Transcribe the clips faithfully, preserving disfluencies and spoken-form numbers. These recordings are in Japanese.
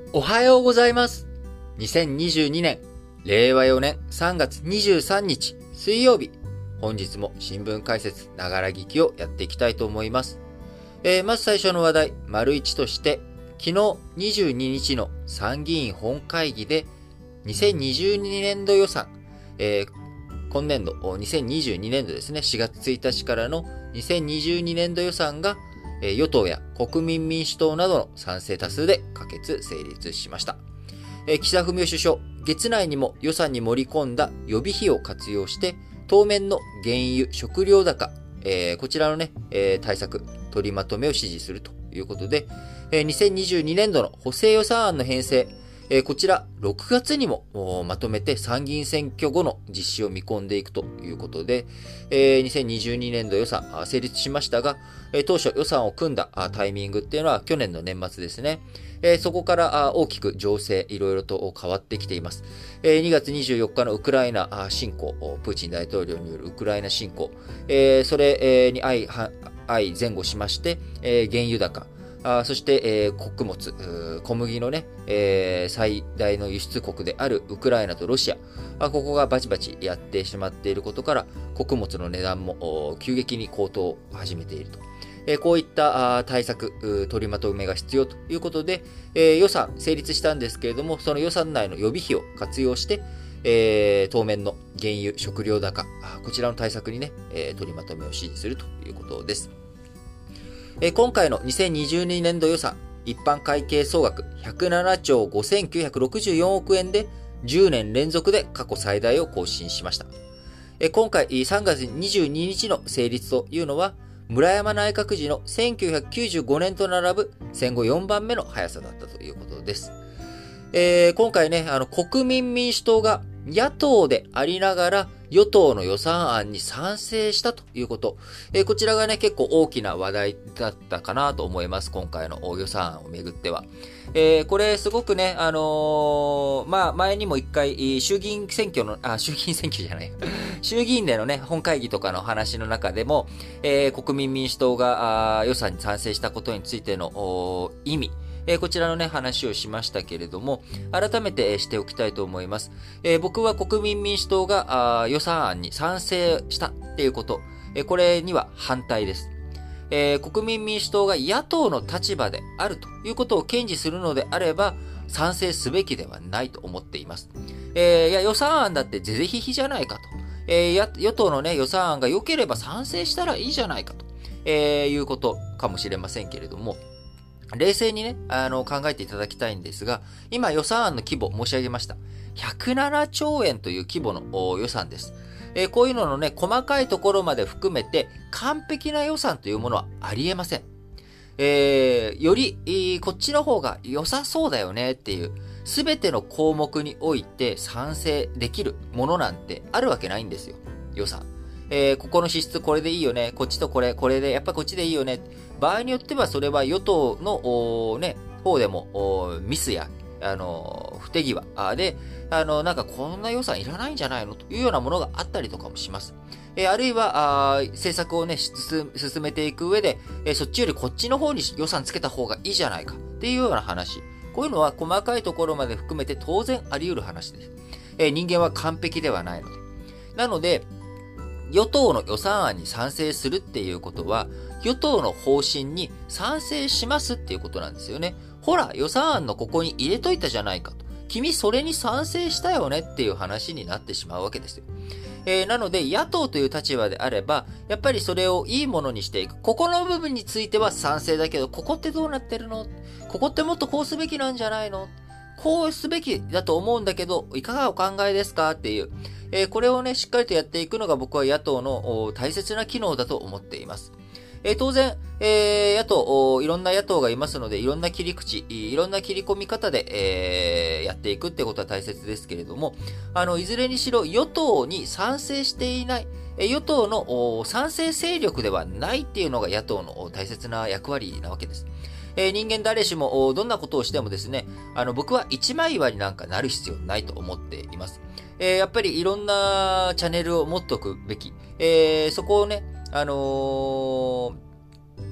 おはようございます。にせんにじゅうにねん、れいわよねんさんがつにじゅうさんにち水曜日。本日も新聞解説ながら聞きをやっていきたいと思います。えー、まず最初の話題、丸一として、昨日にじゅうににちの参議院本会議でにせんにじゅうにねんど予算、えー、今年度、にせんにじゅうにねんどですね、しがつついたちからのにせんにじゅうにねんど予算が与党や国民民主党などの賛成多数で可決成立しました。岸田文雄首相、月内にも予算に盛り込んだ予備費を活用して、当面の原油、食料高、えー、こちらのね、えー、対策、取りまとめを指示するということで、えー、にせんにじゅうにねんどの補正予算案の編成、えー、こちらろくがつにもまとめて参議院選挙後の実施を見込んでいくということで、えー、にせんにじゅうにねんど予算成立しましたが、えー、当初予算を組んだタイミングっていうのは去年の年末ですね。えー、そこから大きく情勢いろいろと変わってきています。えー、にがつにじゅうよっかのウクライナ侵攻、プーチン大統領によるウクライナ侵攻、えー、それに相前後しまして、えー、原油高、あそして、えー、穀物、小麦のね、えー、最大の輸出国であるウクライナとロシア、あここがバチバチやってしまっていることから、穀物の値段も急激に高騰を始めていると。えー、こういった対策、取りまとめが必要ということで、えー、予算成立したんですけれども、その予算内の予備費を活用して、えー、当面の原油、食料高、こちらの対策にね、えー、取りまとめを指示するということです。今回のにせんにじゅうにねんど予算、一般会計総額ひゃくななちょうごせんきゅうひゃくろくじゅうよんおくえんでじゅうねん連続で過去最大を更新しました。今回さんがつにじゅうににちの成立というのは、村山内閣時のせんきゅうひゃくきゅうじゅうごねんと並ぶ戦後よんばんめの速さだったということです。えー、今回ね、あの国民民主党が野党でありながら与党の予算案に賛成したということ。えー、こちらがね、結構大きな話題だったかなと思います。今回の予算案をめぐっては。えー、これすごくね、あのー、まあ、前にも一回、衆議院選挙の、あ、衆議院選挙じゃない。衆議院でのね、本会議とかの話の中でも、えー、国民民主党が予算に賛成したことについての意味、えー、こちらのね、話をしましたけれども、改めてしておきたいと思います。えー、僕は国民民主党が予算案に賛成したっていうこと、えー、これには反対です。えー、国民民主党が野党の立場であるということを堅持するのであれば、賛成すべきではないと思っています。えー、いや予算案だって是々非々じゃないかと。えー、与党のね、予算案が良ければ賛成したらいいじゃないかと、えー、いうことかもしれませんけれども、冷静にね、あの、考えていただきたいんですが、今予算案の規模申し上げました。ひゃくななちょうえんという規模の予算です。えー、こういうののね、細かいところまで含めて、完璧な予算というものはありえません。えー、より、えー、こっちの方が良さそうだよねっていう、すべての項目において賛成できるものなんてあるわけないんですよ。予算。えー、ここの支出これでいいよね。こっちとこれ、これで、やっぱこっちでいいよね。場合によってはそれは与党の、ね、方でもミスや、あの、不手際で、あの、なんかこんな予算いらないんじゃないのというようなものがあったりとかもします。えー、あるいは、あ政策をね、進めていく上で、えー、そっちよりこっちの方に予算つけた方がいいじゃないかっていうような話。こういうのは細かいところまで含めて当然あり得る話です。えー、人間は完璧ではないので。なので、与党の予算案に賛成するっていうことは、与党の方針に賛成しますっていうことなんですよね。ほら、予算案のここに入れといたじゃないかと。君それに賛成したよねっていう話になってしまうわけですよ。えー、なので、野党という立場であれば、やっぱりそれをいいものにしていく。ここの部分については賛成だけど、ここってどうなってるの？ここってもっとこうすべきなんじゃないの？こうすべきだと思うんだけど、いかがお考えですかっていう。えー、これをね、しっかりとやっていくのが僕は野党の大切な機能だと思っています。えー、当然、えー、野党、いろんな野党がいますので、いろんな切り口、いろんな切り込み方で、えー、やっていくってことは大切ですけれども、あの、いずれにしろ与党に賛成していない、与党の賛成勢力ではないっていうのが野党の大切な役割なわけです。えー、人間誰しもどんなことをしてもですね、あの僕は一枚岩になんかなる必要ないと思っています。えー、やっぱりいろんなチャンネルを持っておくべき。えー、そこをね、あのー、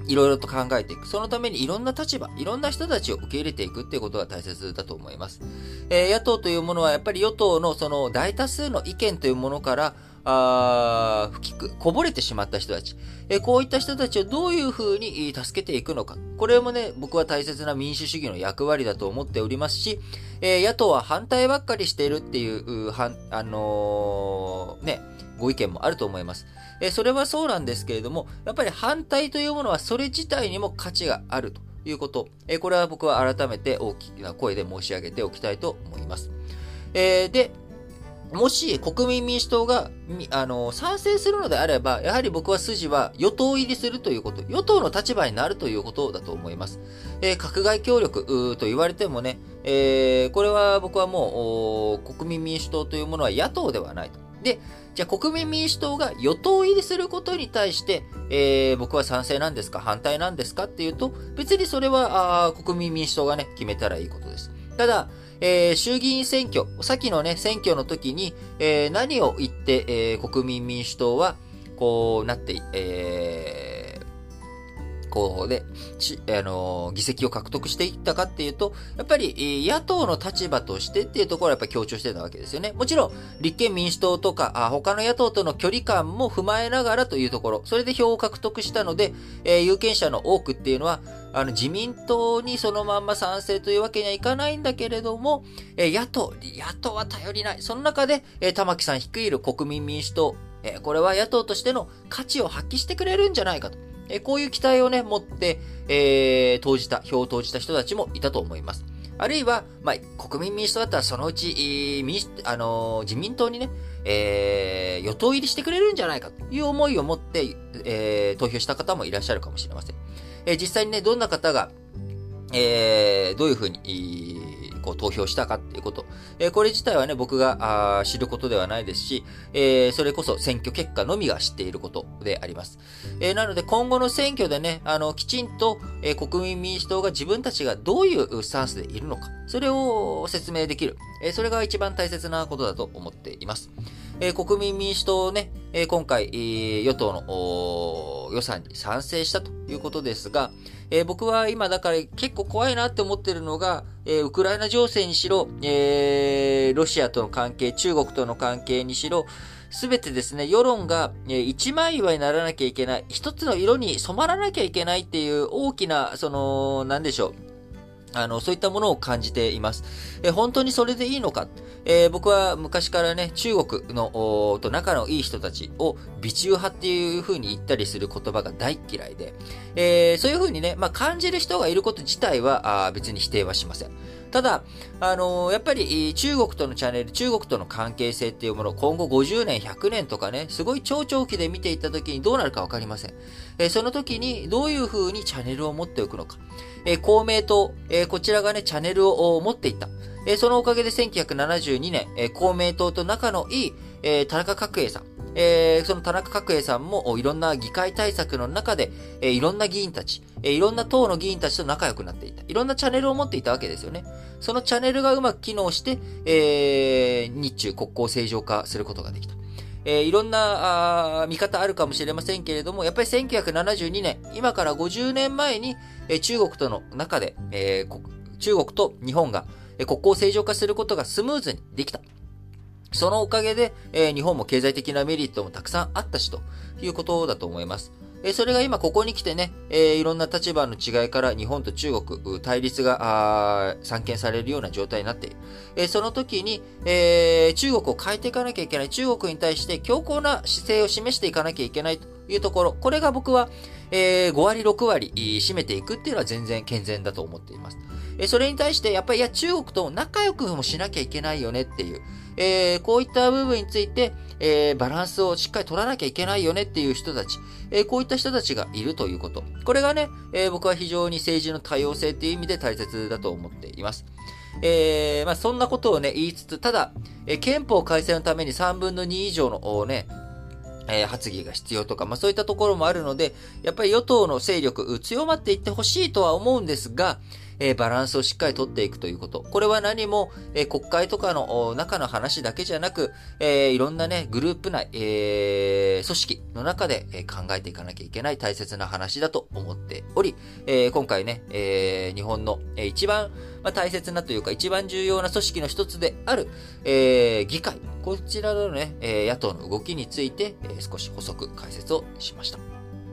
いろいろと考えていく。そのためにいろんな立場、いろんな人たちを受け入れていくっていうことが大切だと思います。えー、野党というものはやっぱり与党のその大多数の意見というものから、あ吹きく、こぼれてしまった人たち。えー、こういった人たちをどういうふうに助けていくのか。これもね、僕は大切な民主主義の役割だと思っておりますし、えー、野党は反対ばっかりしているっていう、うはんあのー、ね、ご意見もあると思います。えー、それはそうなんですけれども、やっぱり反対というものはそれ自体にも価値があるということ。えー、これは僕は改めて大きな声で申し上げておきたいと思います。えー、で、もし国民民主党が、あの、賛成するのであれば、やはり僕は筋は与党入りするということ、与党の立場になるということだと思います。えー、閣外協力と言われてもね、えー、これは僕はもう、国民民主党というものは野党ではないと。で、じゃあ国民民主党が与党入りすることに対して、えー、僕は賛成なんですか、反対なんですかっていうと、別にそれは国民民主党がね、決めたらいいことです。ただ、えー、衆議院選挙、さっきのね、選挙の時に、えー、何を言って、えー、国民民主党は、こうなって、えー、こうで、あのー、議席を獲得していったかっていうと、やっぱり、野党の立場としてっていうところはやっぱり強調してたわけですよね。もちろん、立憲民主党とか、あ他の野党との距離感も踏まえながらというところ、それで票を獲得したので、えー、有権者の多くっていうのは、あの、自民党にそのまんま賛成というわけにはいかないんだけれども、えー、野党、野党は頼りない。その中で、えー、玉木さん率いる国民民主党、えー、これは野党としての価値を発揮してくれるんじゃないかと。えー、こういう期待をね、持って、えー、投じた、票を投じた人たちもいたと思います。あるいは、まあ、国民民主党だったらそのうち、えー民主あのー、自民党にね、えー、与党入りしてくれるんじゃないかという思いを持って、えー、投票した方もいらっしゃるかもしれません。えー、実際にね、どんな方が、えー、どういうふうに、こう投票したかっていうこと。えー、これ自体はね、僕が知ることではないですし、えー、それこそ選挙結果のみが知っていることであります。えー、なので今後の選挙でね、あの、きちんと、えー、国民民主党が自分たちがどういうスタンスでいるのか、それを説明できる。えー、それが一番大切なことだと思っています。えー、国民民主党ね、えー、今回、えー、与党の予算に賛成したということですが、えー、僕は今だから結構怖いなって思ってるのが、えー、ウクライナ情勢にしろ、えー、ロシアとの関係、中国との関係にしろ、すべてですね、世論が、えー、一枚岩にならなきゃいけない、一つの色に染まらなきゃいけないっていう大きな、その、なんでしょう。あの、そういったものを感じています。え、本当にそれでいいのか、えー、僕は昔からね、中国の、と仲のいい人たちを美中派っていう風に言ったりする言葉が大嫌いで、えー、そういう風にね、まあ、感じる人がいること自体は、あ別に否定はしません。ただ、あのー、やっぱり中国とのチャンネル、中国との関係性っていうものを今後ごじゅうねん、ひゃくねんとかね、すごい超長期で見ていった時にどうなるかわかりません。えー、その時にどういう風にチャンネルを持っておくのか。えー、公明党、えー、こちらがね、チャンネルを持っていった。えー、そのおかげでせんきゅうひゃくななじゅうにねん、えー、公明党と仲のいい、えー、田中角栄さん。えー、その田中角栄さんもいろんな議会対策の中で、えー、いろんな議員たち、えー、いろんな党の議員たちと仲良くなっていた。いろんなチャンネルを持っていたわけですよね。そのチャンネルがうまく機能して、えー、日中国交正常化することができた。えー、いろんなあ見方あるかもしれませんけれども、やっぱりせんきゅうひゃくななじゅうにねん、今からごじゅうねんまえに、えー、中国との中で、えー、中国と日本が、えー、国交正常化することがスムーズにできた。そのおかげで、えー、日本も経済的なメリットもたくさんあったしということだと思います。えー、それが今ここに来てね、えー、いろんな立場の違いから日本と中国、対立が散見されるような状態になっている。えー、その時に、えー、中国を変えていかなきゃいけない。中国に対して強硬な姿勢を示していかなきゃいけないというところ。これが僕は、えー、ごわりろくわり占めていくっていうのは全然健全だと思っています。えー、それに対して、やっぱりいや中国と仲良くもしなきゃいけないよねっていう。えー、こういった部分について、えー、バランスをしっかり取らなきゃいけないよねっていう人たち、えー、こういった人たちがいるということ。これがね、えー、僕は非常に政治の多様性っていう意味で大切だと思っています。えー、まあそんなことをね、言いつつ、ただ、えー、憲法改正のためにさんぶんのに以上のね、えー、発議が必要とか、まあそういったところもあるので、やっぱり与党の勢力、強まっていってほしいとは思うんですが、 えー、バランスをしっかり取っていくということ。これは何も、えー、国会とかの中の話だけじゃなく、えー、いろんなね、グループ内、えー、組織の中で、えー、考えていかなきゃいけない大切な話だと思っており、えー、今回ね、えー、日本の、えー、一番、まあ、大切なというか一番重要な組織の一つである、えー、議会、こちらのね、えー、野党の動きについて、えー、少し補足解説をしました。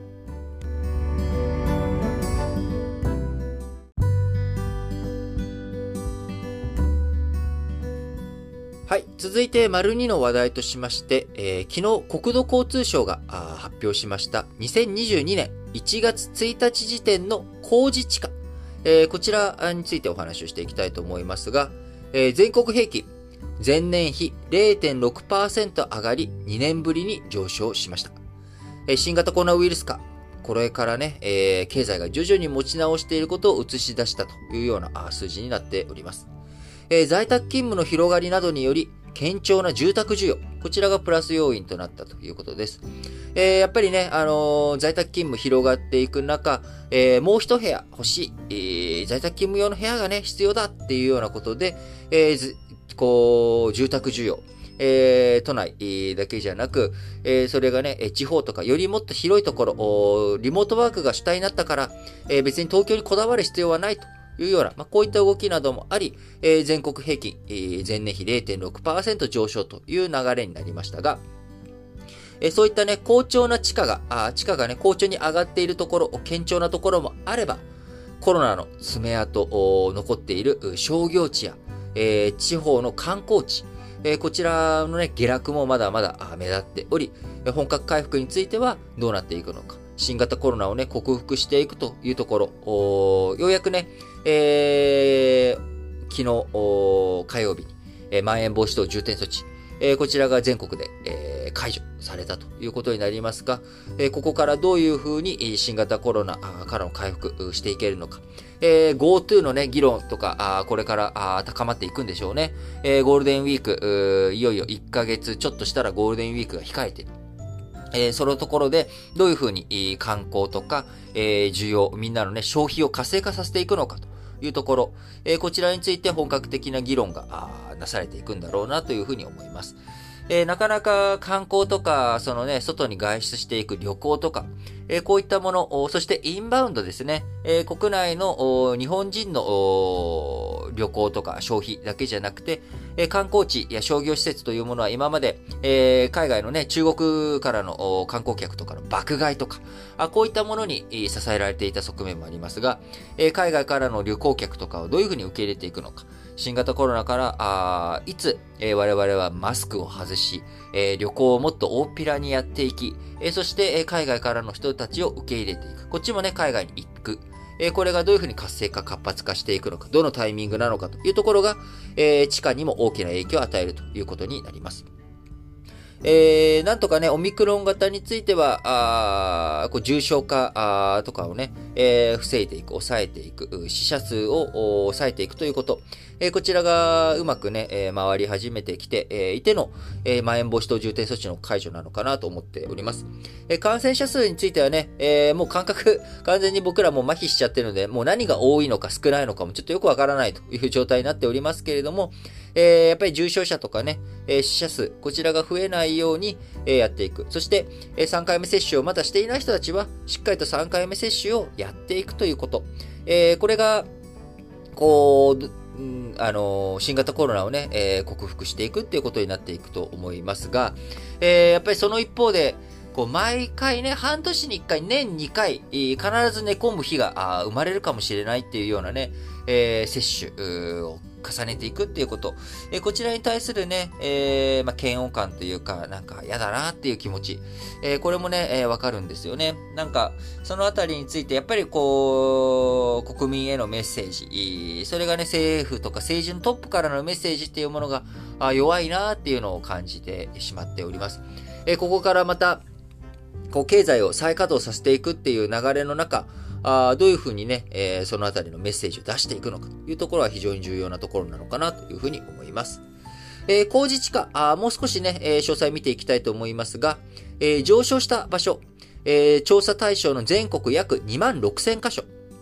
はい。続いて、丸にの話題としまして、えー、昨日、国土交通省が発表しました、にせんにじゅうにねんいちがつついたち時点の公示地価、えー、こちらについてお話をしていきたいと思いますが、えー、全国平均、前年比 れいてんろくパーセント 上がり、にねんぶりに上昇しました。えー、新型コロナウイルス化、これからね、えー、経済が徐々に持ち直していることを映し出したというような数字になっております。えー、在宅勤務の広がりなどにより、堅調な住宅需要、こちらがプラス要因となったということです。えー、やっぱりね、あのー、在宅勤務広がっていく中、えー、もう一部屋欲しい、えー、在宅勤務用の部屋がね、必要だっていうようなことで、えー、こう、住宅需要、えー、都内だけじゃなく、えー、それがね、地方とかよりもっと広いところ、リモートワークが主体になったから、えー、別に東京にこだわる必要はないというような、まあ、こういった動きなどもあり、えー、全国平均、えー、前年比 れいてんろくパーセント 上昇という流れになりましたが、えー、そういったね、好調な地価が、あ地価がね、好調に上がっているところ、堅調なところもあれば、コロナの爪痕、残っている商業地や、えー、地方の観光地、えー、こちらのね、下落もまだまだ目立っており、本格回復についてはどうなっていくのか。新型コロナをね、克服していくというところ、ようやくね、えー、昨日、火曜日に、えー、まん延防止等重点措置、えー、こちらが全国で、えー、解除されたということになりますが、えー、ここからどういうふうに新型コロナからの回復していけるのか。えー、GoTo のね、議論とか、あこれからあ高まっていくんでしょうね。えー、ゴールデンウィーク、いよいよいっかげつちょっとしたらゴールデンウィークが控えている。えー、そのところで、どういうふうに観光とか、えー、需要、みんなのね、消費を活性化させていくのかというところ、えー、こちらについて本格的な議論がなされていくんだろうなというふうに思います。えー、なかなか観光とか、そのね、外に外出していく旅行とか、えー、こういったもの、そしてインバウンドですね、えー、国内の日本人の旅行とか消費だけじゃなくて、えー、観光地や商業施設というものは今まで、えー、海外のね、中国からの観光客とかの爆買いとか、あこういったものに支えられていた側面もありますが、えー、海外からの旅行客とかをどういうふうに受け入れていくのか、新型コロナからあいつ、えー、我々はマスクを外し、えー、旅行をもっと大っぴらにやっていき、えー、そして、えー、海外からの人たちを受け入れていく。こっちもね、海外に行く。えー、これがどういうふうに活性化、活発化していくのか、どのタイミングなのかというところが、えー、地価にも大きな影響を与えるということになります。えー、なんとかね、オミクロン型については、あこう重症化あとかをね、えー、防いでいく、抑えていく、死者数を抑えていくということ。えー、こちらがうまくね、えー、回り始めてきて、えー、いての、えー、まん延防止等重点措置の解除なのかなと思っております。えー、感染者数についてはね、えー、もう感覚、完全に僕らも麻痺しちゃってるので、もう何が多いのか少ないのかもちょっとよくわからないという状態になっておりますけれども、えー、やっぱり重症者とかね、えー、死者数、こちらが増えないように、えー、やっていく。そして、えー、さんかいめ接種をまだしていない人たちは、しっかりとさんかいめ接種をやっていくということ。えー、これが、こう、うん、あのー、新型コロナをね、えー、克服していくっていうことになっていくと思いますが、えー、やっぱりその一方で、こう毎回ね、半年にいっかい、年にかい、必ず寝込む日が生まれるかもしれないっていうようなね、えー、接種を重ねていくっていうこと。えー、こちらに対するね、えー、まあ、嫌悪感というか、なんか嫌だなっていう気持ち。えー、これもね、えー、わかるんですよね。なんか、そのあたりについて、やっぱりこう、国民へのメッセージ、それがね、政府とか政治のトップからのメッセージっていうものが弱いなっていうのを感じてしまっております。えー、ここからまた、こう、経済を再稼働させていくっていう流れの中、あどういうふうにね、えー、そのあたりのメッセージを出していくのかというところは非常に重要なところなのかなというふうに思います。えー、工事地価、あもう少しね、えー、詳細見ていきたいと思いますが、えー、上昇した場所、えー、調査対象の全国約にまんろくせんかしょの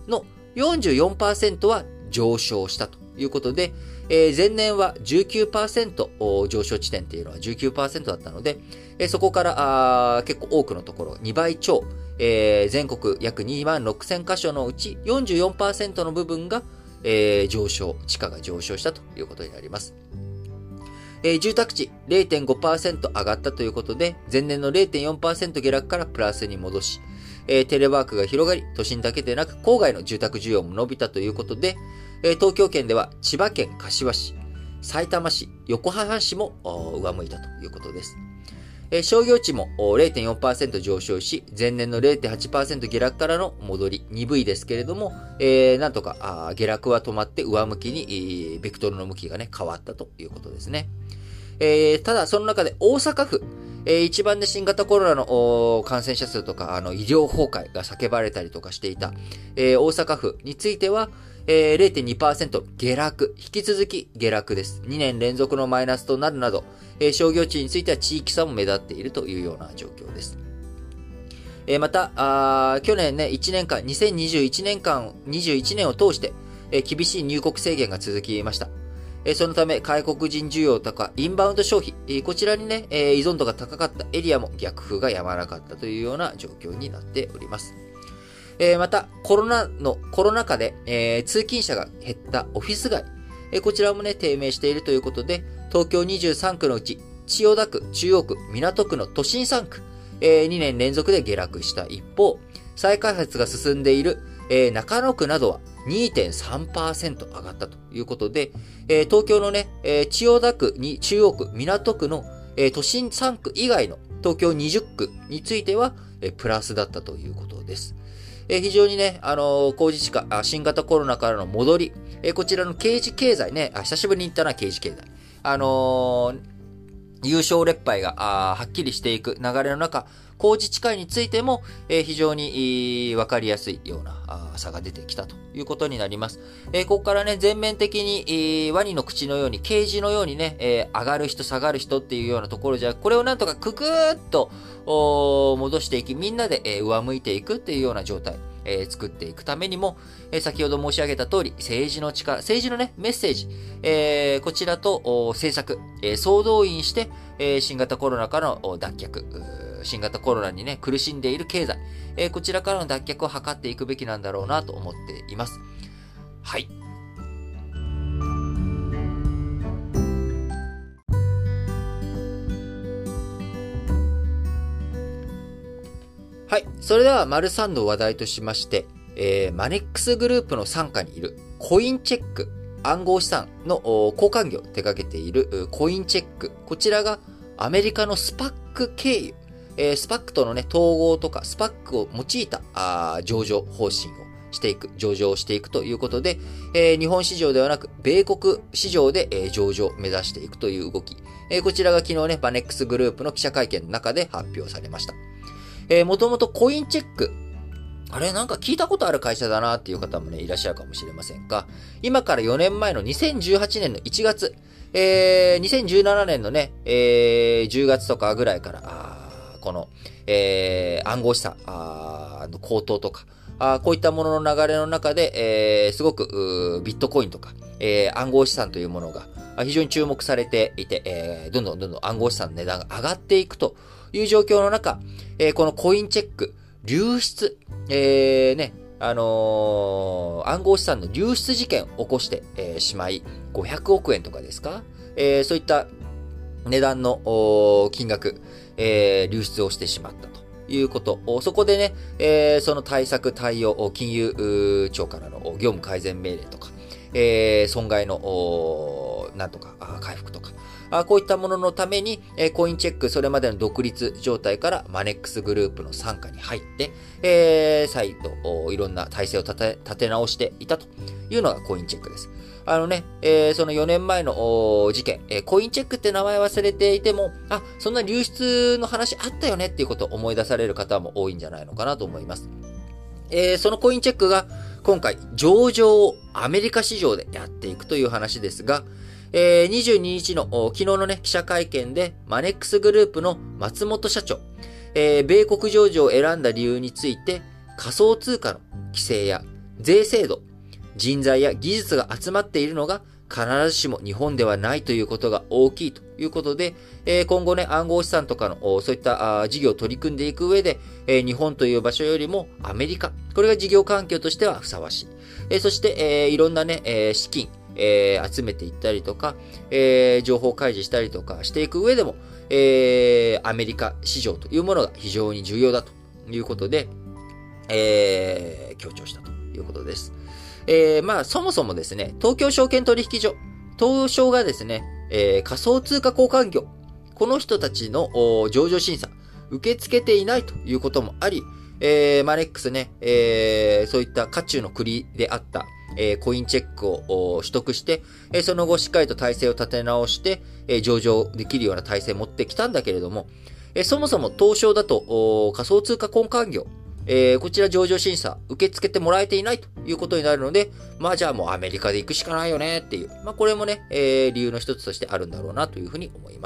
よんじゅうよんパーセント は上昇したということで、えー、前年は じゅうきゅうパーセント 上昇地点っていうのは じゅうきゅうパーセント だったので、えー、そこからあ結構多くのところ、にばい超、えー、全国約にまんろくせん箇所のうち よんじゅうよんパーセント の部分が、えー、上昇、地価が上昇したということになります。えー、住宅地 れいてんごパーセント 上がったということで、前年の れいてんよんパーセント 下落からプラスに戻し、えー、テレワークが広がり、都心だけでなく郊外の住宅需要も伸びたということで、えー、東京圏では千葉県柏市、埼玉市、横浜市も上向いたということです。えー、商業地も れいてんよんパーセント 上昇し、前年の れいてんはちパーセント 下落からの戻り、鈍いですけれども、えー、なんとか下落は止まって上向きに、えー、ベクトルの向きがね、変わったということですね。えー、ただ、その中で大阪府、えー、一番で新型コロナの感染者数とか、あの、医療崩壊が叫ばれたりとかしていた、えー、大阪府については、えー、れいてんにパーセント 下落、引き続き下落です。にねん連続のマイナスとなるなど、えー、商業地については地域差も目立っているというような状況です。えー、また、あ去年ね、いちねんかん、にせんにじゅういちねんかん、にじゅういちねんを通して、えー、厳しい入国制限が続きました。えー、そのため、外国人需要とか、インバウンド消費、えー、こちらにね、えー、依存度が高かったエリアも逆風がやまなかったというような状況になっております。えー、また、コロナの、コロナ禍で、えー、通勤者が減ったオフィス街、えー、こちらもね、低迷しているということで、東京にじゅうさんくのうち、千代田区、中央区、港区の都心さんく、えー、にねん連続で下落した一方、再開発が進んでいる、えー、中野区などは にてんさんパーセント 上がったということで、えー、東京のね、えー、千代田区に中央区、港区の、えー、都心さんく以外の東京にじゅっくについては、えー、プラスだったということです。えー、非常にね、あのー、工事地価、新型コロナからの戻り、えー、こちらの刑事経済ね、あ、久しぶりに言ったな、刑事経済。あのー、優勝劣敗がはっきりしていく流れの中、工事地価についても、えー、非常に分かりやすいような差が出てきたということになります。えー、ここからね、全面的に、えー、ワニの口のように、ケージのようにね、えー、上がる人、下がる人っていうようなところじゃ、これをなんとかくぐーっと戻していき、みんなで、えー、上向いていくっていうような状態。えー、作っていくためにも、えー、先ほど申し上げた通り、政治の力、政治のね、メッセージ、えー、こちらと政策、えー、総動員して、えー、新型コロナからの脱却、新型コロナにね、苦しんでいる経済、えー、こちらからの脱却を図っていくべきなんだろうなと思っています。はい。はい。それでは、丸さんの話題としまして、えー、マネックスグループの傘下にいるコインチェック、暗号資産の交換業を手掛けているコインチェック。こちらがアメリカのスパック経由、えー、スパックとのね、統合とかスパックを用いたあ上場方針をしていく、上場をしていくということで、えー、日本市場ではなく、米国市場で、えー、上場を目指していくという動き。えー、こちらが昨日ね、マネックスグループの記者会見の中で発表されました。えー、もともとコインチェック、あれなんか聞いたことある会社だなっていう方もね、いらっしゃるかもしれませんが、今からよねんまえのにせんじゅうはちねんのいちがつ、えー、にせんじゅうななねんのね、えー、じゅうがつとかぐらいから、あこの、えー、暗号資産あの高騰とか、あこういったものの流れの中で、えー、すごくビットコインとか、えー、暗号資産というものが非常に注目されていて、えー、どんどんどんどん暗号資産の値段が上がっていくという状況の中、えー、このコインチェック、流出、えー、ね、あのー、暗号資産の流出事件を起こして、えー、しまい、ごひゃくおくえんとかですか、えー、そういった値段の金額、えー、流出をしてしまったということ。そこでね、えー、その対策、対応、金融庁からの業務改善命令とか、えー、損害のなんとか回復とか、こういったもののために、コインチェック、それまでの独立状態からマネックスグループの傘下に入って、えー、再度、いろんな体制を立て、立て直していたというのがコインチェックです。あのね、えー、そのよねんまえの事件、えー、コインチェックって名前忘れていても、あ、そんな流出の話あったよねっていうことを思い出される方も多いんじゃないのかなと思います。えー、そのコインチェックが今回上場をアメリカ市場でやっていくという話ですが、えー、にじゅうににちの昨日のね、記者会見でマネックスグループの松本社長、えー、米国上場を選んだ理由について仮想通貨の規制や税制度、人材や技術が集まっているのが必ずしも日本ではないということが大きいということで、えー、今後ね、暗号資産とかのそういった事業を取り組んでいく上で、えー、日本という場所よりもアメリカ、これが事業環境としてはふさわしい。えー、そして、えー、いろんなね、えー、資金、えー、集めていったりとか、えー、情報開示したりとかしていく上でも、えー、アメリカ市場というものが非常に重要だということで、えー、強調したということです。えー、まあ、そもそもですね、東京証券取引所、東証がですね、えー、仮想通貨交換業、この人たちの上場審査、受け付けていないということもあり、えー、マネックスね、えー、そういった渦中の栗であった、えー、コインチェックを取得して、えー、その後しっかりと体制を立て直して、えー、上場できるような体制を持ってきたんだけれども、えー、そもそも東証だと仮想通貨交換業、えー、こちら上場審査受け付けてもらえていないということになるので、まあじゃあもうアメリカで行くしかないよねっていう、まあこれもね、えー、理由の一つとしてあるんだろうなというふうに思います。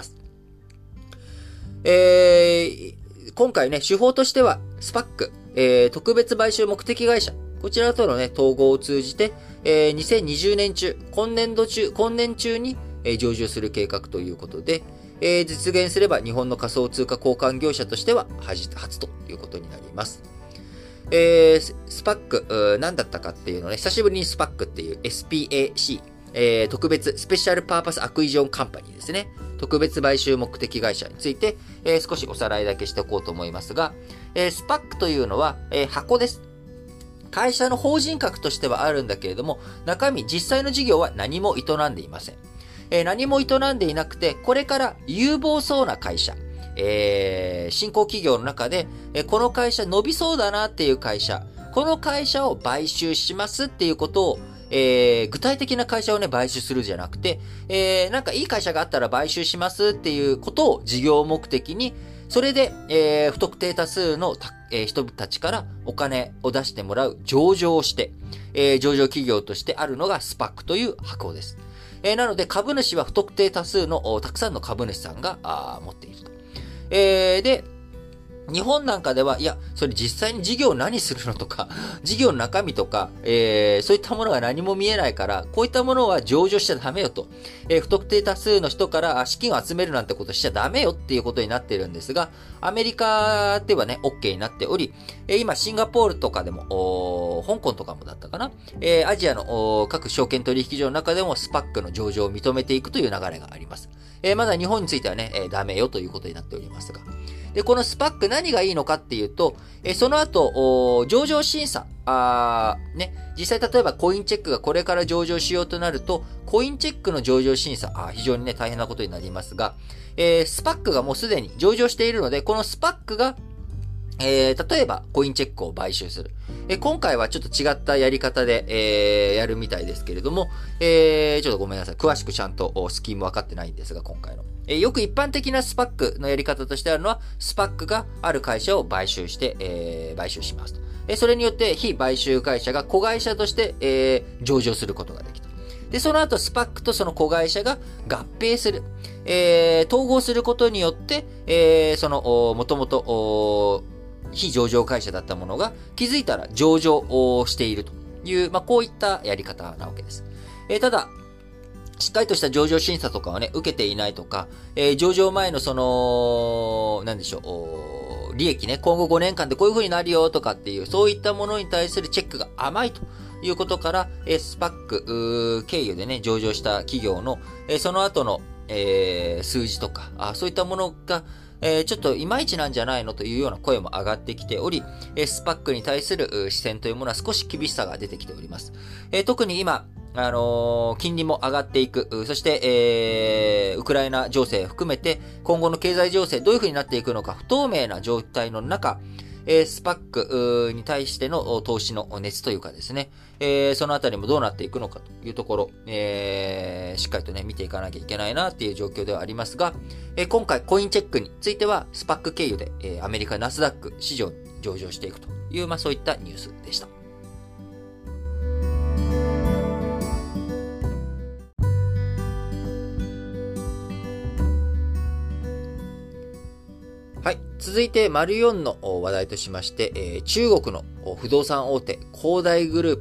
えー、今回ね、手法としてはスパック、えー、特別買収目的会社、こちらとのね、統合を通じて、えー、にせんにじゅうねん中、今年度中、今年中に、えー、上場する計画ということで、えー、実現すれば日本の仮想通貨交換業者としては初ということになります。えー、スパック、何だったかっていうのね、久しぶりにスパックっていう エスピーエーシー、えー、特別スペシャルパーパスアクイジョンカンパニーですね。特別買収目的会社について、えー、少しおさらいだけしておこうと思いますが、えー、スパックというのは、えー、箱です。会社の法人格としてはあるんだけれども、中身、実際の事業は何も営んでいません。えー、何も営んでいなくて、これから有望そうな会社、えー、新興企業の中で、えー、この会社伸びそうだなっていう会社、この会社を買収しますっていうことを、えー、具体的な会社をね、買収するじゃなくて、えー、なんかいい会社があったら買収しますっていうことを事業目的に、それで、えー、不特定多数のた、えー、人たちからお金を出してもらう上場をして、えー、上場企業としてあるのがスパックという箱です。えー、なので株主は不特定多数のたくさんの株主さんがあ持っていると。えー、で、日本なんかでは、いや、それ実際に事業何するのとか、事業の中身とか、えー、そういったものが何も見えないから、こういったものは上場しちゃダメよと。えー、不特定多数の人から資金を集めるなんてことしちゃダメよっていうことになってるんですが、アメリカではね、OK になっており、えー、今シンガポールとかでも、香港とかもだったかな。えー、アジアの各証券取引所の中でもスパックの上場を認めていくという流れがあります。えー、まだ日本についてはね、えー、ダメよということになっておりますが。で、このスパック何がいいのかっていうと、えその後、上場審査、あね、実際例えばコインチェックがこれから上場しようとなると、コインチェックの上場審査、あ非常にね、大変なことになりますが、えー、スパックがもうすでに上場しているので、このスパックが、えー、例えばコインチェックを買収する。えー、今回はちょっと違ったやり方で、えー、やるみたいですけれども、えー、ちょっとごめんなさい。詳しくちゃんとスキーム分かってないんですが、今回の。えー、よく一般的なスパックのやり方としてあるのは、スパックがある会社を買収して、えー、買収しますと。えー、それによって非買収会社が子会社として、えー、上場することができた。で、その後スパックとその子会社が合併する。えー、統合することによって、えー、その、もともと、非上場会社だったものが気づいたら上場をしているという、まあ、こういったやり方なわけです。えー、ただ、しっかりとした上場審査とかをね、受けていないとか、えー、上場前のその、なんでしょう、利益ね、今後ごねんかんでこういう風になるよとかっていう、そういったものに対するチェックが甘いということから、えー、スパック経由でね、上場した企業の、えー、その後の、えー、数字とか、あ、そういったものが、えー、ちょっといまいちなんじゃないのというような声も上がってきており、えー、スパックに対する視線というものは少し厳しさが出てきております。えー、特に今、あのー、金利も上がっていく、そして、えー、ウクライナ情勢含めて、今後の経済情勢どういう風になっていくのか不透明な状態の中、えー、スパックに対しての投資の熱というかですね、えー、そのあたりもどうなっていくのかというところ、えー、しっかりとね、見ていかなきゃいけないなっていう状況ではありますが、えー、今回コインチェックについては、スパック経由で、えー、アメリカナスダック市場に上場していくという、まあそういったニュースでした。はい。続いて、丸よんの話題としまして、えー、中国の不動産大手、恒大グループ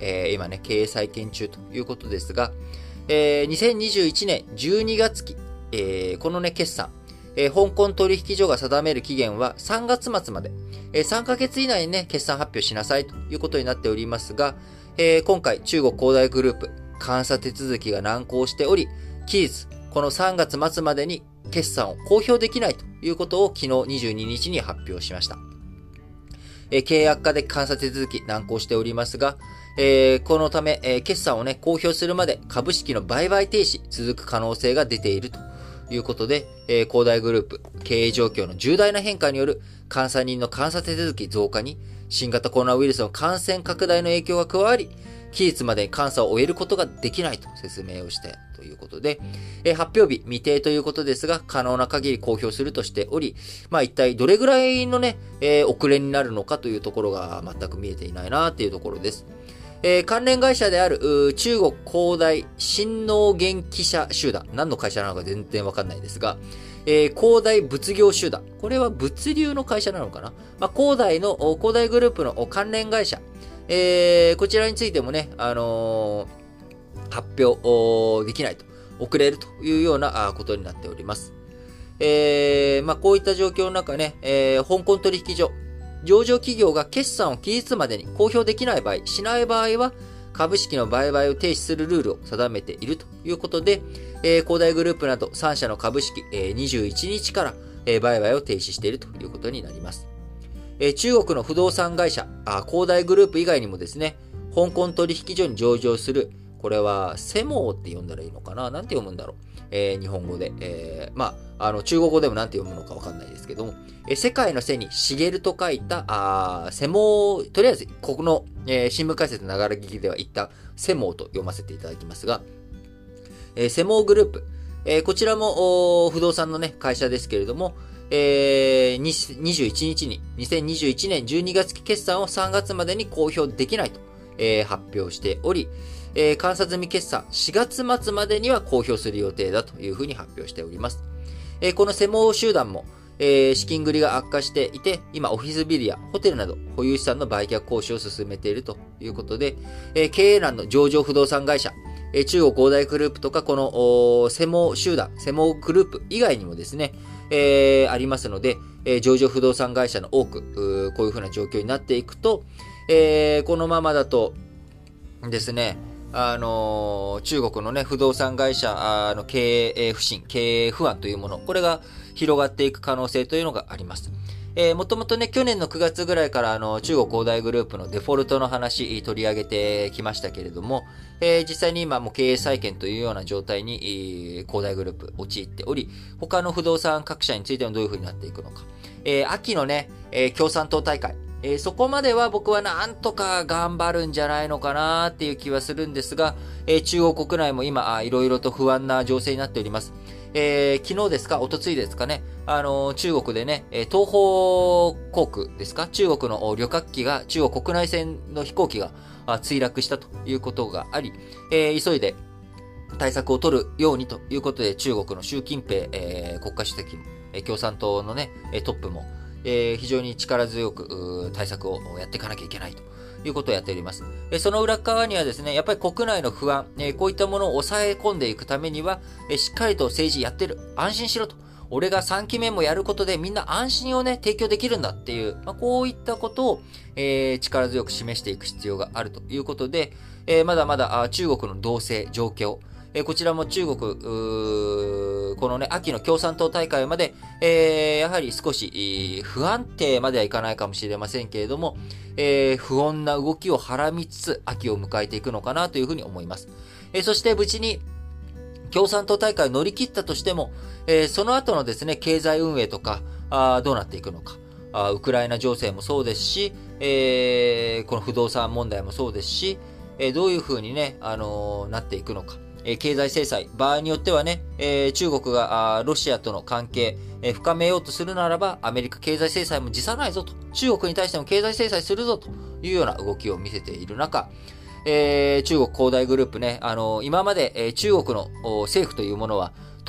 えー、今ね、経営再建中ということですが、えー、にせんにじゅういちねんじゅうにがつき、えー、このね、決算、えー、香港取引所が定める期限はさんがつまつまで、えー、さんかげつ以内にね、決算発表しなさいということになっておりますが、えー、今回、中国恒大グループ、監査手続きが難航しており、期日、このさんがつ末までに決算を公表できないということを昨日にじゅうににちに発表しました。えー、経営悪化で監査手続き難航しておりますが、えー、このため、えー、決算をね、公表するまで株式の売買停止続く可能性が出ているということで、えー、恒大グループ経営状況の重大な変化による監査人の監査手続き増加に新型コロナウイルスの感染拡大の影響が加わり、期日までに監査を終えることができないと説明をしてということで、えー、発表日未定ということですが、可能な限り公表するとしており、まあ一体どれぐらいのね、えー、遅れになるのかというところが全く見えていないなっていうところです。えー、関連会社である中国恒大新能源汽車集団、何の会社なのか全然わかんないですが、えー、恒大物業集団、これは物流の会社なのかな、まあ、恒大の、恒大グループの関連会社、えー、こちらについてもね、あのー、発表できないと、遅れるというようなことになっております。えー、まあ、こういった状況の中ね、えー、香港取引所、上場企業が決算を期日までに公表できない場合、しない場合は、株式の売買を停止するルールを定めているということで、えー、恒大グループなどさんしゃの株式、えー、にじゅういちにちから、えー、売買を停止しているということになります。えー、中国の不動産会社、あ、恒大グループ以外にもですね、香港取引所に上場する、これはセモーって呼んだらいいのかな、なんて読むんだろう。えー、日本語で、えー、まあ、あの、中国語でもなんて読むのかわかんないですけども、えー、世界の背に茂と書いた、あセモー、とりあえず、ここの、えー、新聞解説のながら聞きでは一旦、セモーと読ませていただきますが、えー、セモーグループ、えー、こちらも、不動産のね、会社ですけれども、えー、にじゅういちにちに、にせんにじゅういちねんじゅうにがつ期決算をさんがつまでに公表できないと、えー、発表しており、えー、監査済み決算しがつ末までには公表する予定だというふうに発表しております。えー、このセモ集団も、えー、資金繰りが悪化していて、今オフィスビルやホテルなど保有資産の売却交渉を進めているということで、えー、経営難の上場不動産会社、えー、中国恒大グループとかこのセモ集団、セモグループ以外にもですね、えー、ありますので、えー、上場不動産会社の多く、こういうふうな状況になっていくと、えー、このままだとですね、あのー、中国のね、不動産会社の経営不振、経営不安というもの、これが広がっていく可能性というのがあります。えー、もともとね、去年のくがつぐらいから、あの、中国恒大グループのデフォルトの話、取り上げてきましたけれども、えー、実際に今も経営再建というような状態に、えー、恒大グループ陥っており、他の不動産各社についてもどういう風になっていくのか。えー、秋のね、えー、共産党大会、えー、そこまでは僕はなんとか頑張るんじゃないのかなっていう気はするんですが、えー、中国国内も今、いろいろと不安な情勢になっております。えー、昨日ですか、おとついですかね、あのー、中国でね、東方航空ですか、中国の旅客機が、中国国内線の飛行機が墜落したということがあり、えー、急いで対策を取るようにということで、中国の習近平、えー、国家主席も、共産党のね、トップも、えー、非常に力強く対策をやっていかなきゃいけないということをやっております。えー、その裏側にはですね、やっぱり国内の不安、えー、こういったものを抑え込んでいくためには、えー、しっかりと政治やってる、安心しろと。俺がさんきめもやることでみんな安心をね、提供できるんだっていう、まあ、こういったことを、えー、力強く示していく必要があるということで、えー、まだまだ中国の動静、状況、えー、こちらも中国、このね、秋の共産党大会まで、えー、やはり少し不安定まではいかないかもしれませんけれども、えー、不穏な動きをはらみつつ秋を迎えていくのかなというふうに思います。えー、そして無事に共産党大会を乗り切ったとしても、えー、その後のですね、経済運営とか、あどうなっていくのか。あウクライナ情勢もそうですし、えー、この不動産問題もそうですし、えー、どういうふうにね、あのー、なっていくのか。えー、経済制裁、場合によってはね、えー、中国があロシアとの関係、えー、深めようとするならば、アメリカ経済制裁も辞さないぞと、中国に対しても経済制裁するぞというような動きを見せている中、えー、中国恒大グループね、あのー、今まで、えー、中国の政府というものは、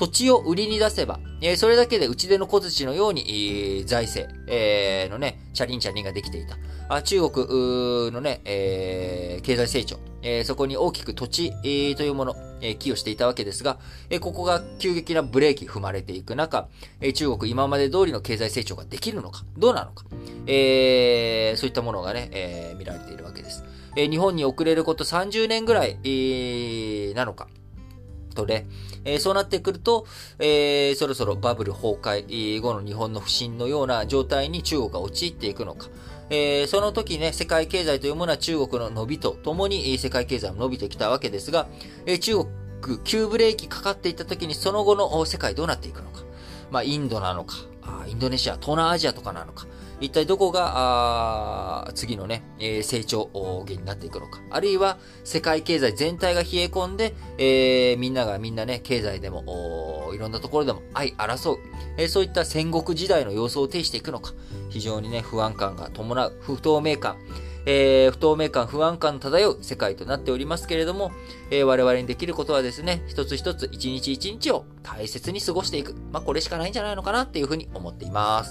土地を売りに出せば、えー、それだけで打ち出の小槌のように、えー、財政、えー、のね、チャリンチャリンができていた。あ中国のね、えー、経済成長、えー、そこに大きく土地、えー、というもの、えー、寄与していたわけですが、えー、ここが急激なブレーキ踏まれていく中、えー、中国今まで通りの経済成長ができるのか、どうなのか、えー、そういったものがね、えー、見られているわけです。えー、日本に遅れることさんじゅうねんぐらい、えー、なのか。とね、えー、そうなってくると、えー、そろそろバブル崩壊後の日本の不振のような状態に中国が陥っていくのか。えー、その時ね、世界経済というものは中国の伸びとともに世界経済も伸びてきたわけですが、えー、中国、急ブレーキかかっていった時にその後の世界どうなっていくのか。まあ、インドなのか、インドネシア、東南アジアとかなのか。一体どこが、あ次のね、えー、成長源になっていくのか。あるいは、世界経済全体が冷え込んで、えー、みんながみんなね、経済でも、いろんなところでも相争う、えー。そういった戦国時代の様相を呈していくのか。非常にね、不安感が伴う、不透明感、えー、不透明感、不安感漂う世界となっておりますけれども、えー、我々にできることはですね、一つ一つ、一日一日を大切に過ごしていく。まあ、これしかないんじゃないのかなっていうふうに思っています。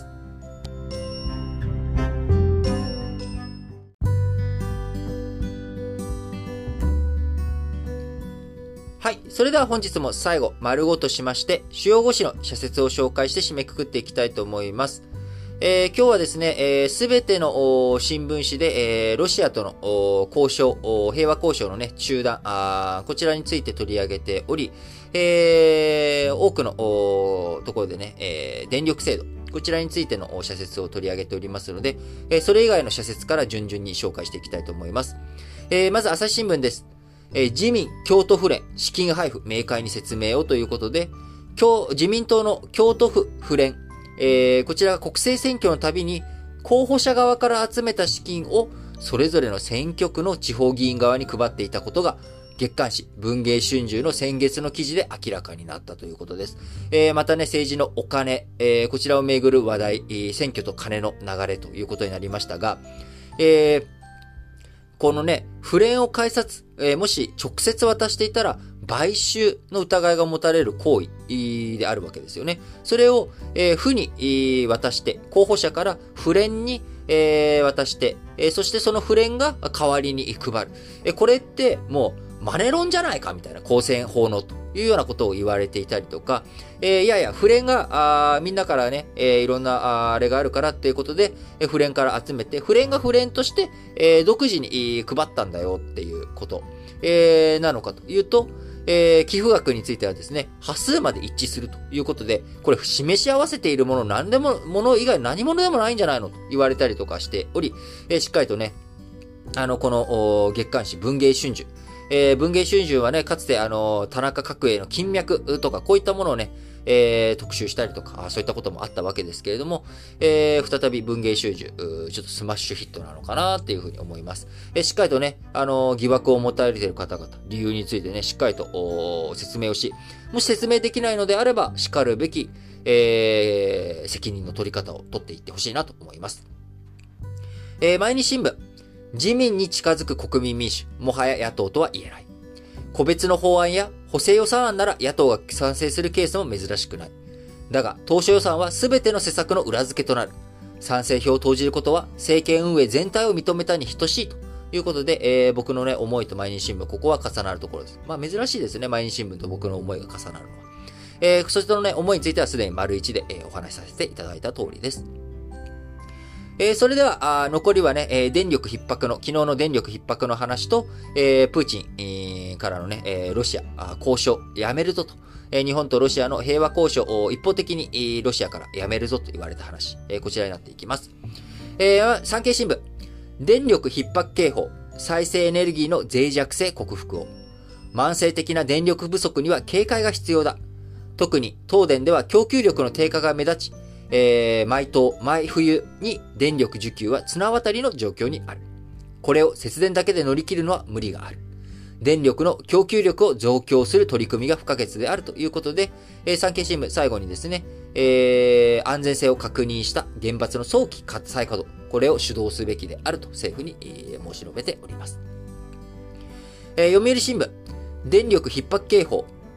はい。それでは本日も最後、丸ごとしまして、主要語詞の社説を紹介して締めくくっていきたいと思います。えー、今日はですね、す、えー、べての新聞紙で、えー、ロシアとの交渉、平和交渉のね、中断、あこちらについて取り上げており、えー、多くのところでね、えー、電力制度、こちらについての社説を取り上げておりますので、えー、それ以外の社説から順々に紹介していきたいと思います。えー、まず朝日新聞です。えー、自民、京都府連、資金配布、明快に説明をということで、今日、自民党の京都府府連、えー、こちらが国政選挙のたびに候補者側から集めた資金をそれぞれの選挙区の地方議員側に配っていたことが月刊誌文藝春秋の先月の記事で明らかになったということです。えー、またね、政治のお金、えー、こちらをめぐる話題、えー、選挙と金の流れということになりましたが、えー、このね、府連を介察、えー、もし直接渡していたら買収の疑いが持たれる行為であるわけですよね。それを、えー、府に渡して、候補者から府連に、えー、渡して、えー、そしてその府連が代わりに配る。えー、これってもうマネロンじゃないかみたいな公選法のというようなことを言われていたりとか、えー、いやいや、府連が、あみんなからね、えー、いろんなあれがあるからっていうことで、えー、府連から集めて、府連が府連として、えー、独自に配ったんだよっていうこと、えー、なのかというと、えー、寄付額についてはですね、端数まで一致するということで、これ示し合わせているもの、何でも、もの以外何者でもないんじゃないのと言われたりとかしており、えー、しっかりとね、あの、この月刊誌文藝春秋、えー、文藝春秋はね、かつてあの、田中角栄の金脈とかこういったものをね、えー、特集したりとか、そういったこともあったわけですけれども、えー、再び文藝春秋、ちょっとスマッシュヒットなのかなっていうふうに思います。えー、しっかりとね、あのー、疑惑を持たれている方々、理由についてね、しっかりと説明をし、もし説明できないのであれば、叱るべき、えー、責任の取り方を取っていってほしいなと思います。えー、毎日新聞、自民に近づく国民民主、もはや野党とは言えない。個別の法案や補正予算案なら野党が賛成するケースも珍しくない。だが、当初予算は全ての施策の裏付けとなる。賛成票を投じることは政権運営全体を認めたに等しいということで、えー、僕のね、思いと毎日新聞、ここは重なるところです。まあ珍しいですね、毎日新聞と僕の思いが重なるのは。えー、そちらのね、思いについてはすでに丸一で、えー、お話しさせていただいた通りです。えー、それでは、あ残りはね、えー、電力逼迫の、昨日の電力逼迫の話と、えー、プーチン、えー、からのね、えー、ロシア、あ交渉、やめるぞと、えー。日本とロシアの平和交渉を一方的に、えー、ロシアからやめるぞと言われた話、えー、こちらになっていきます。えー、産経新聞、電力逼迫警報、再生エネルギーの脆弱性克服を。慢性的な電力不足には警戒が必要だ。特に東電では供給力の低下が目立ち、えー、毎冬、毎冬に電力需給は綱渡りの状況にある。これを節電だけで乗り切るのは無理がある。電力の供給力を増強する取り組みが不可欠であるということで、えー、産経新聞最後にですね、えー、安全性を確認した原発の早期再稼働、これを主導すべきであると政府に、えー、申し述べております。えー、読売新聞、電力逼迫警報、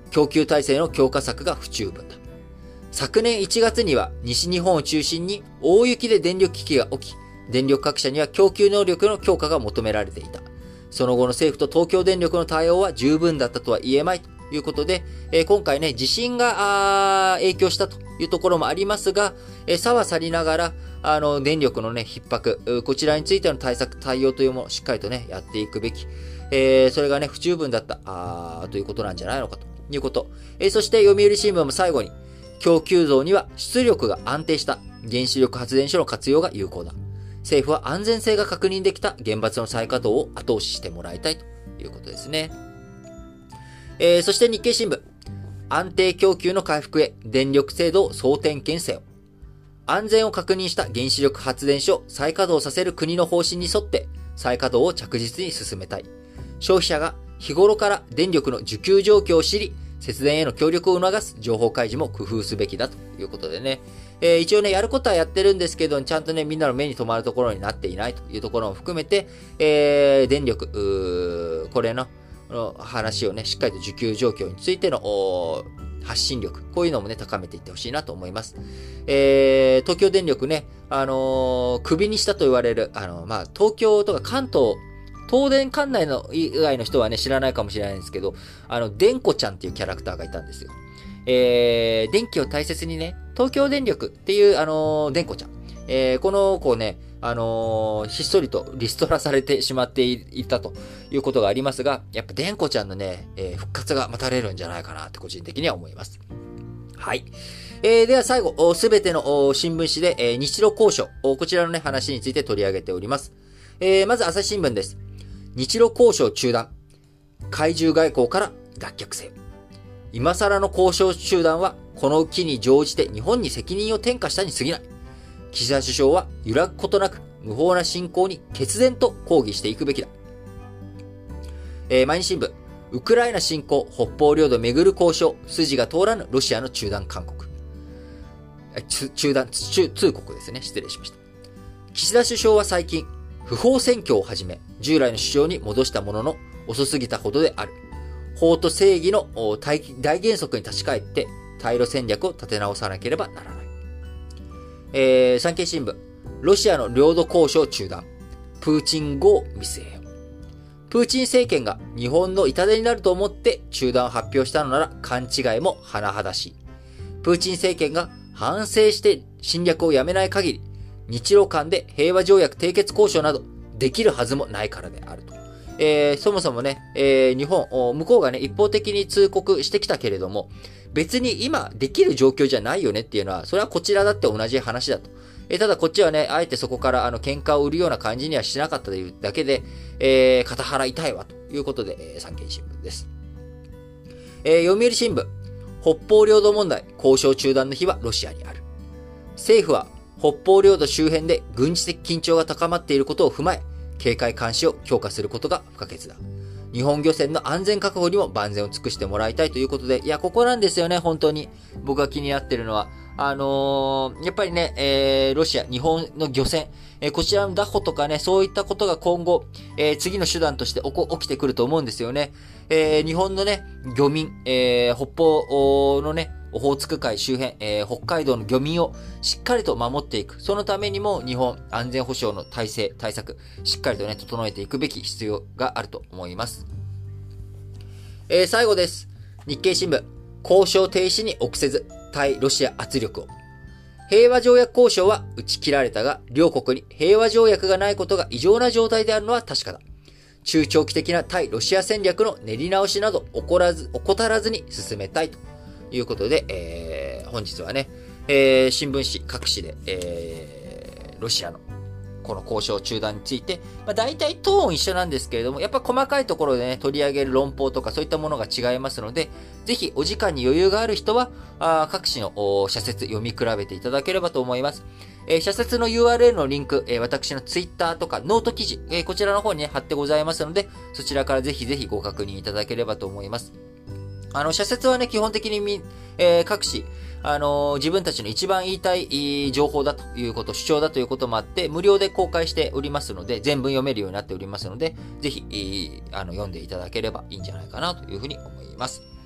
供給体制の強化策が不十分だ。昨年いちがつには西日本を中心に大雪で電力危機が起き、電力各社には供給能力の強化が求められていた。その後の政府と東京電力の対応は十分だったとは言えまいということで、えー、今回ね、地震が影響したというところもありますが、えー、差は去りながら、あの、電力のね、逼迫、こちらについての対策、対応というものをしっかりとね、やっていくべき。えー、それがね、不十分だった、あということなんじゃないのかということ。えー、そして、読売新聞も最後に、供給増には出力が安定した原子力発電所の活用が有効だ。政府は安全性が確認できた原発の再稼働を後押ししてもらいたいということですね。えー、そして日経新聞。安定供給の回復へ電力制度を総点検せよ。安全を確認した原子力発電所を再稼働させる国の方針に沿って再稼働を着実に進めたい。消費者が日頃から電力の需給状況を知り、節電への協力を促す情報開示も工夫すべきだということでね。えー、一応ね、やることはやってるんですけど、ちゃんとね、みんなの目に留まるところになっていないというところも含めて、えー、電力、これの話をね、しっかりと需給状況についての発信力、こういうのもね、高めていってほしいなと思います。えー、東京電力ね、あのー、首にしたと言われる、あのー、まあ、東京とか関東、東電管内の以外の人はね、知らないかもしれないんですけど、あの、電子ちゃんっていうキャラクターがいたんですよ。えー、電気を大切にね、東京電力っていう、あのー、電子ちゃん。えー、この子ね、あのー、ひっそりとリストラされてしまっていたということがありますが、やっぱ電子ちゃんのね、えー、復活が待たれるんじゃないかなって個人的には思います。はい。えー、では最後、すべての新聞紙で、えー、日露交渉、こちらのね、話について取り上げております。えー、まず朝日新聞です。日露交渉中断。懐柔外交から脱却せよ。今更の交渉中断は、この機に乗じて日本に責任を転嫁したに過ぎない。岸田首相は揺らぐことなく無法な侵攻に決然と抗議していくべきだ。えー、毎日新聞。ウクライナ侵攻、北方領土めぐる交渉、筋が通らぬロシアの中断勧告。中断、中、通告ですね。失礼しました。岸田首相は最近、不法占拠をはじめ、従来の主張に戻したものの遅すぎたほどである。法と正義の大原則に立ち返って、対ロ戦略を立て直さなければならない。えー、産経新聞。ロシアの領土交渉中断。プーチン後を見据えよ。プーチン政権が日本の痛手になると思って中断を発表したのなら勘違いも甚だしい。プーチン政権が反省して侵略をやめない限り、日露間で平和条約締結交渉などできるはずもないからであると。えー、そもそもね、えー、日本、向こうがね、一方的に通告してきたけれども、別に今できる状況じゃないよねっていうのは、それはこちらだって同じ話だと。えー、ただこっちはね、あえてそこからあの喧嘩を売るような感じにはしなかったというだけで、えー、肩払いたいわということで、えー、産経新聞です。えー、読売新聞、北方領土問題、交渉中断の日はロシアにある。政府は北方領土周辺で軍事的緊張が高まっていることを踏まえ、警戒監視を強化することが不可欠だ。日本漁船の安全確保にも万全を尽くしてもらいたいということで、いや、ここなんですよね、本当に。僕が気になってるのは。あのー、やっぱりね、えー、ロシア、日本の漁船、えー、こちらの拿捕とかね、そういったことが今後、えー、次の手段として起こ起きてくると思うんですよね。えー、日本のね、漁民、えー、北方のね、オホーツク海周辺、えー、北海道の漁民をしっかりと守っていく。そのためにも日本安全保障の体制、対策、しっかりとね、整えていくべき必要があると思います。えー、最後です。日経新聞。交渉停止に臆せず、対ロシア圧力を。平和条約交渉は打ち切られたが、両国に平和条約がないことが異常な状態であるのは確かだ。中長期的な対ロシア戦略の練り直しなど起こらず、怠らずに進めたいということで、えー、本日はね、えー、新聞紙各紙で、えー、ロシアのこの交渉中断について、まあ、大体トーン一緒なんですけれども、やっぱ細かいところでね、取り上げる論法とかそういったものが違いますので、ぜひお時間に余裕がある人は、あ各紙の社説読み比べていただければと思います。えー、社説の ユーアールエル のリンク、えー、私のツイッターとかノート記事、えー、こちらの方にね、貼ってございますので、そちらからぜひぜひご確認いただければと思います。あの、社説はね、基本的にみ、えー、各紙、あのー、自分たちの一番言いたい情報だということ、主張だということもあって、無料で公開しておりますので、全文読めるようになっておりますので、ぜひ、あの、読んでいただければいいんじゃないかなというふうに思います。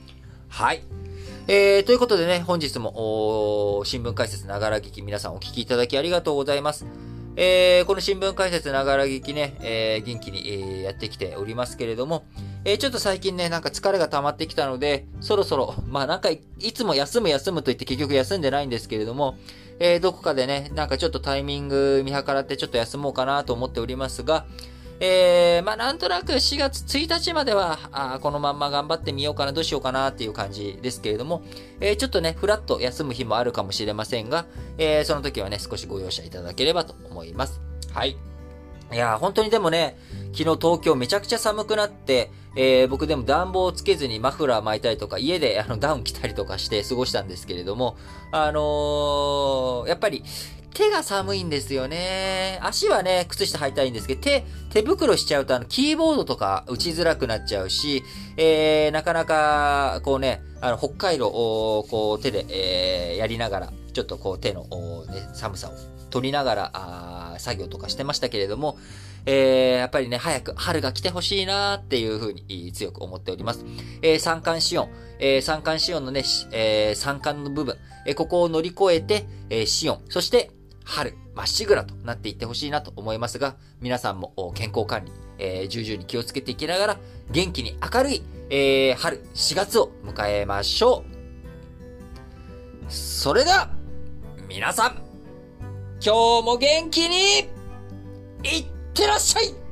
はい。えー、ということでね、本日も、新聞解説ながら聞き皆さんお聞きいただきありがとうございます。えー、この新聞解説ながら聞きね、えー、元気に、えー、やってきておりますけれども、えー、ちょっと最近ね、なんか疲れが溜まってきたので、そろそろ、まあなんかい、いつも休む休むと言って結局休んでないんですけれども、えー、どこかでね、なんかちょっとタイミング見計らってちょっと休もうかなと思っておりますが、えー、まあなんとなくしがつついたちまでは、あこのまんま頑張ってみようかな、どうしようかなっていう感じですけれども、えー、ちょっとね、ふらっと休む日もあるかもしれませんが、えー、その時はね、少しご容赦いただければと思います。はい。いやー、本当にでもね、昨日東京めちゃくちゃ寒くなって、えー、僕でも暖房をつけずにマフラー巻いたりとか、家であのダウン着たりとかして過ごしたんですけれども、あのー、やっぱり、手が寒いんですよね。足はね、靴下履いたいんですけど、手、手袋しちゃうとあの、キーボードとか打ちづらくなっちゃうし、えー、なかなか、こうね、あの、北海道を、こう手で、えー、やりながら、ちょっとこう手の、ね、寒さを取りながら、あ作業とかしてましたけれども、えー、やっぱりね、早く春が来てほしいなーっていうふうに強く思っております。えー、三寒四温、えー、三寒四温のね、えー、三寒の部分、えー、ここを乗り越えて、えー、四温、そして、春、まっしぐらとなっていってほしいなと思いますが、皆さんも健康管理、えー、重々に気をつけていきながら、元気に明るい、えー、春、しがつを迎えましょう。それでは、皆さん、今日も元気に、いってらっしゃい。